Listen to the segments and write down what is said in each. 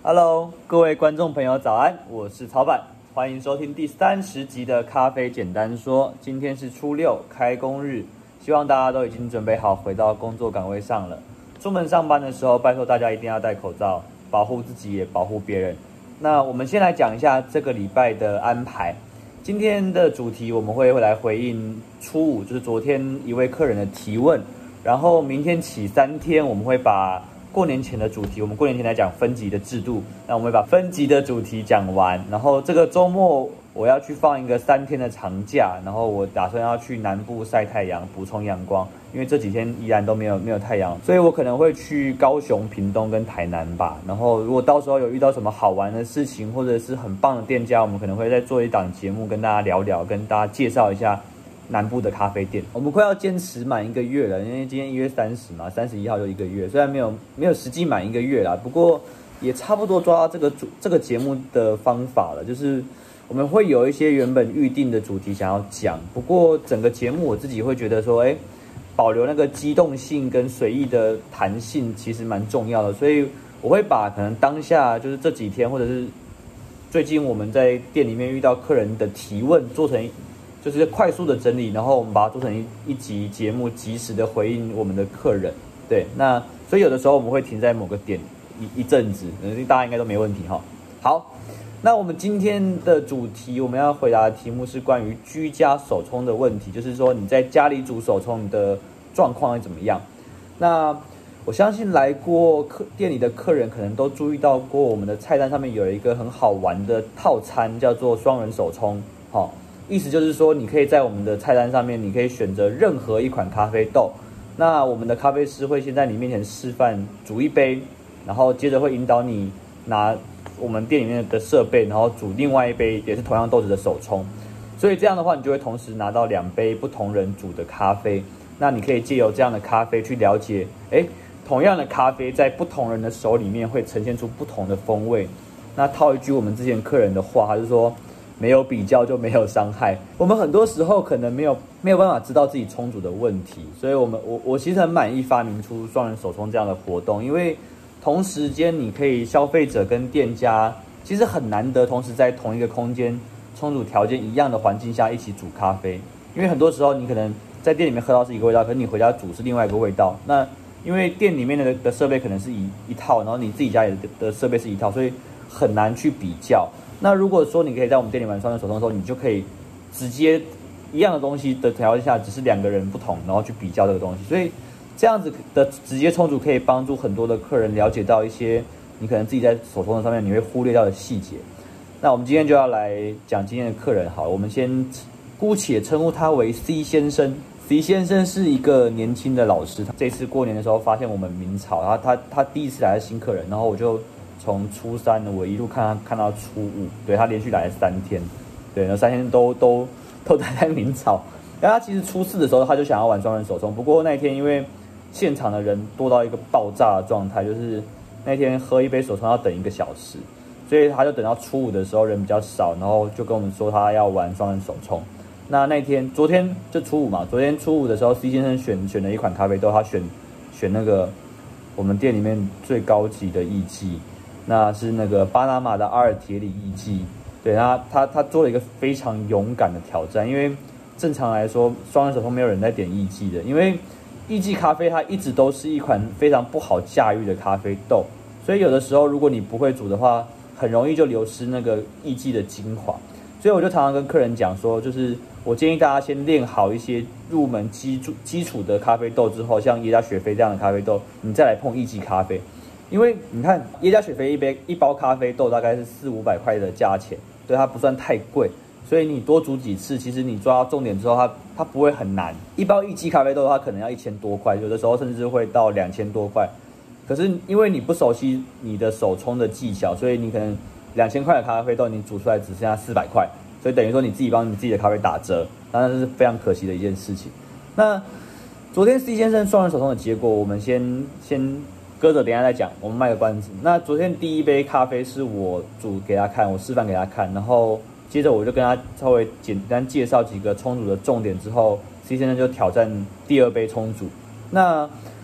Hello，各位观众朋友早安，我是曹板，欢迎收听第30集的咖啡简单说。今天是初六开工日，希望大家都已经准备好回到工作岗位上了。出门上班的时候，拜托大家一定要戴口罩，保护自己也保护别人。那我们先来讲一下这个礼拜的安排。今天的主题我们会来回应初五，就是昨天一位客人的提问，然后明天起3天我们会把过年前的主题，我们过年前来讲分级的制度，那我们会把分级的主题讲完，然后这个周末我要去放一个3天的长假，然后我打算要去南部晒太阳，补充阳光，因为这几天依然都没有太阳，所以我可能会去高雄、屏东跟台南吧。然后如果到时候有遇到什么好玩的事情，或者是很棒的店家，我们可能会再做一档节目跟大家聊聊，跟大家介绍一下南部的咖啡店。我们快要坚持满1个月了，因为今天1月30嘛，31号就1个月，虽然没有实际满1个月啦，不过也差不多抓到这个节目的方法了，就是我们会有一些原本预定的主题想要讲，不过整个节目我自己会觉得说，保留那个机动性跟随意的弹性其实蛮重要的，所以我会把可能当下就是这几天或者是最近我们在店里面遇到客人的提问做成就是快速的整理，然后我们把它做成一集节目，及时的回应我们的客人。对，那所以有的时候我们会停在某个点一阵子，大家应该都没问题哈。好，那我们今天的主题，我们要回答的题目是关于居家手冲的问题，就是说你在家里煮手冲，你的状况会怎么样？那我相信来过店里的客人可能都注意到过，我们的菜单上面有一个很好玩的套餐，叫做双人手冲。意思就是说，你可以在我们的菜单上面，你可以选择任何一款咖啡豆。那我们的咖啡师会先在你面前示范煮一杯，然后接着会引导你拿我们店里面的设备，然后煮另外一杯也是同样豆子的手冲。所以这样的话，你就会同时拿到2杯不同人煮的咖啡。那你可以借由这样的咖啡去了解，同样的咖啡在不同人的手里面会呈现出不同的风味。那套一句我们之前客人的话，他是说，没有比较就没有伤害。我们很多时候可能没有办法知道自己冲煮的问题，所以我其实很满意发明出双人手冲这样的活动，因为同时间你可以消费者跟店家其实很难得同时在同一个空间冲煮条件一样的环境下一起煮咖啡，因为很多时候你可能在店里面喝到是一个味道，可是你回家煮是另外一个味道。那因为店里面的设备可能是一套，然后你自己家里的设备是一套，所以很难去比较。那如果说你可以在我们店里玩双人手冲的时候，你就可以直接一样的东西的条件下，只是2个人不同，然后去比较这个东西。所以这样子的直接冲煮可以帮助很多的客人了解到一些你可能自己在手冲的上面你会忽略到的细节。那我们今天就要来讲今天的客人，好了，我们先姑且称呼他为 C 先生。C 先生是一个年轻的老师，他这次过年的时候发现我们明朝，他第一次来的新客人，然后我就从初3我一路看到初5，对，他连续来了3天，对，然后3天都待在明朝。然后他其实初4的时候他就想要玩双人手冲，不过那一天因为现场的人多到一个爆炸的状态，就是那天喝一杯手冲要等1个小时，所以他就等到初5的时候人比较少，然后就跟我们说他要玩双人手冲。那天昨天就初5嘛，昨天初5的时候 C 先生选了一款咖啡豆，他选那个我们店里面最高级的艺妓，那是那个巴拿马的阿尔铁里艺妓。对，他做了一个非常勇敢的挑战，因为正常来说双人手冲没有人在点艺妓的，因为艺妓咖啡它一直都是一款非常不好驾驭的咖啡豆，所以有的时候如果你不会煮的话，很容易就流失那个艺妓的精华。所以我就常常跟客人讲说，就是我建议大家先练好一些入门基础的咖啡豆之后，像耶加雪菲这样的咖啡豆，你再来碰艺妓咖啡。因为你看耶加雪菲一包咖啡豆大概是400-500块的价钱，对，它不算太贵，所以你多煮几次，其实你抓到重点之后，它不会很难。一包艺妓咖啡豆它可能要1000多块，有的时候甚至会到2000多块。可是因为你不熟悉你的手冲的技巧，所以你可能2000块的咖啡豆你煮出来只剩下400块，所以等于说你自己帮你自己的咖啡打折，当然这是非常可惜的一件事情。那昨天 C 先生双人手冲的结果，我们先搁着，等一下再讲，我们卖个关子。那昨天第一杯咖啡是我煮给他看，我示范给他看，然后接着我就跟他稍微简单介绍几个冲煮的重点之后 ，C 先生就挑战第2杯冲煮。那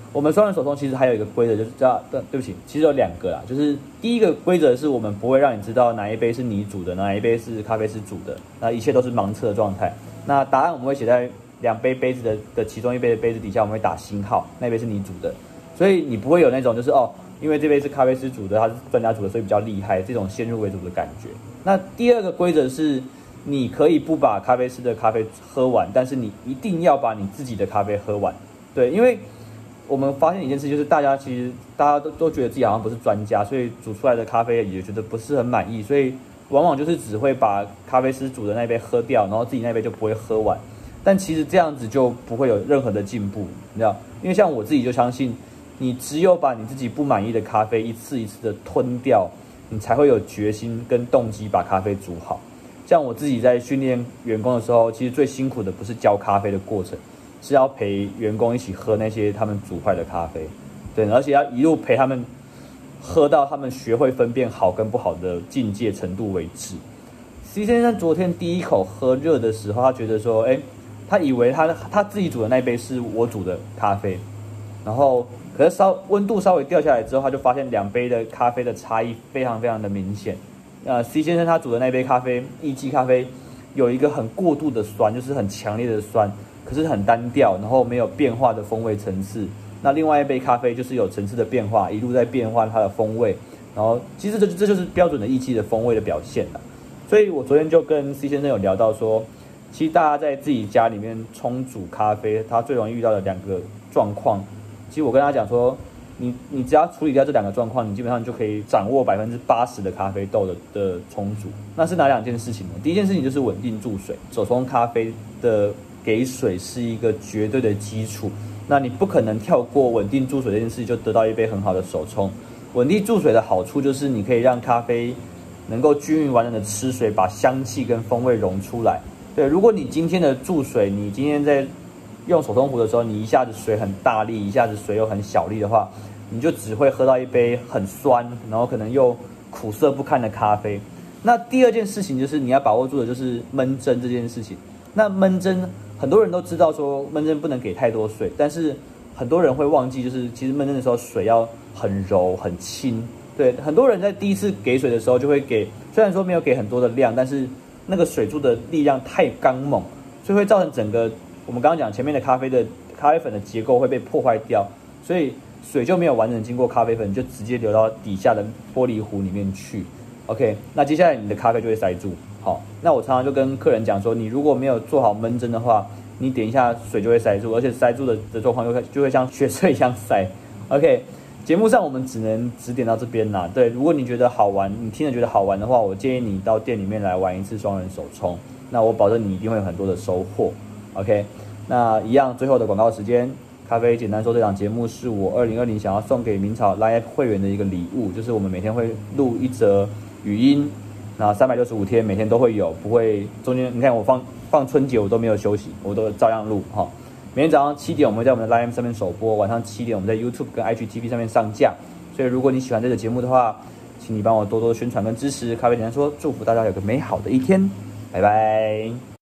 我们双人手冲其实还有一个规则，就是对不起，其实有2个啦。就是第一个规则是我们不会让你知道哪一杯是你煮的，哪一杯是咖啡师煮的，那一切都是盲测的状态。那答案我们会写在2杯杯子的其中1杯的杯子底下，我们会打星号，那杯是你煮的，所以你不会有那种就是因为这杯是咖啡师煮的，他是专家煮的，所以比较厉害这种先入为主的感觉。那第2个规则是，你可以不把咖啡师的咖啡喝完，但是你一定要把你自己的咖啡喝完。对，因为我们发现一件事，就是大家都觉得自己好像不是专家，所以煮出来的咖啡也觉得不是很满意，所以往往就是只会把咖啡师煮的那杯喝掉，然后自己那杯就不会喝完。但其实这样子就不会有任何的进步，你知道？因为像我自己就相信，你只有把你自己不满意的咖啡一次一次的吞掉，你才会有决心跟动机把咖啡煮好。像我自己在训练员工的时候，其实最辛苦的不是教咖啡的过程，是要陪员工一起喝那些他们煮坏的咖啡，对，而且要一路陪他们喝到他们学会分辨好跟不好的境界程度为止。C 先生昨天第一口喝热的时候，他觉得说，他以为他自己煮的那杯是我煮的咖啡，然后可是温度稍微掉下来之后，他就发现2杯的咖啡的差异非常非常的明显。C 先生他煮的那杯咖啡，意式咖啡，有一个很过度的酸，就是很强烈的酸，可是很单调，然后没有变化的风味层次。那另外一杯咖啡就是有层次的变化，一路在变换它的风味，然后其实这就是标准的意式的风味的表现了。所以我昨天就跟 C 先生有聊到说，其实大家在自己家里面冲煮咖啡，他最容易遇到的2个状况，其实我跟他讲说，你只要处理掉这2个状况，你基本上就可以掌握80%的咖啡豆的冲煮。那是哪2件事情呢？第一件事情就是稳定注水，手冲咖啡的给水是一个绝对的基础，那你不可能跳过稳定注水这件事就得到一杯很好的手冲。稳定注水的好处就是你可以让咖啡能够均匀完整的吃水，把香气跟风味溶出来。对，如果你今天的注水，你今天在用手冲壶的时候，你一下子水很大力，一下子水又很小力的话，你就只会喝到一杯很酸，然后可能又苦涩不堪的咖啡。那第2件事情就是你要把握住的就是焖蒸这件事情。那焖蒸很多人都知道说焖蒸不能给太多水，但是很多人会忘记，就是其实焖蒸的时候水要很柔很轻。对，很多人在第一次给水的时候就会给，虽然说没有给很多的量，但是那个水柱的力量太刚猛，所以会造成整个我们刚刚讲前面的咖啡粉的结构会被破坏掉，所以水就没有完整经过咖啡粉，就直接流到底下的玻璃壶里面去。OK， 那接下来你的咖啡就会塞住。好，那我常常就跟客人讲说，你如果没有做好焖蒸的话，你点一下水就会塞住，而且塞住的状况就会像血水一样塞。OK， 节目上我们只能指点到这边啦。对，如果你觉得好玩，你听着觉得好玩的话，我建议你到店里面来玩一次双人手冲，那我保证你一定会有很多的收获。OK， 那一样最后的广告时间，咖啡简单说这档节目是我2020想要送给明朝 Line 会员的一个礼物，就是我们每天会录1则语音，那365天每天都会有，不会中间你看我放春节我都没有休息，我都照样录哈。每天早上7点我们会在我们的 Line 上面首播，晚上7点我们在 YouTube 跟 IGTV 上面上架。所以如果你喜欢这个节目的话，请你帮我多多宣传跟支持。咖啡简单说，祝福大家有个美好的一天，拜拜。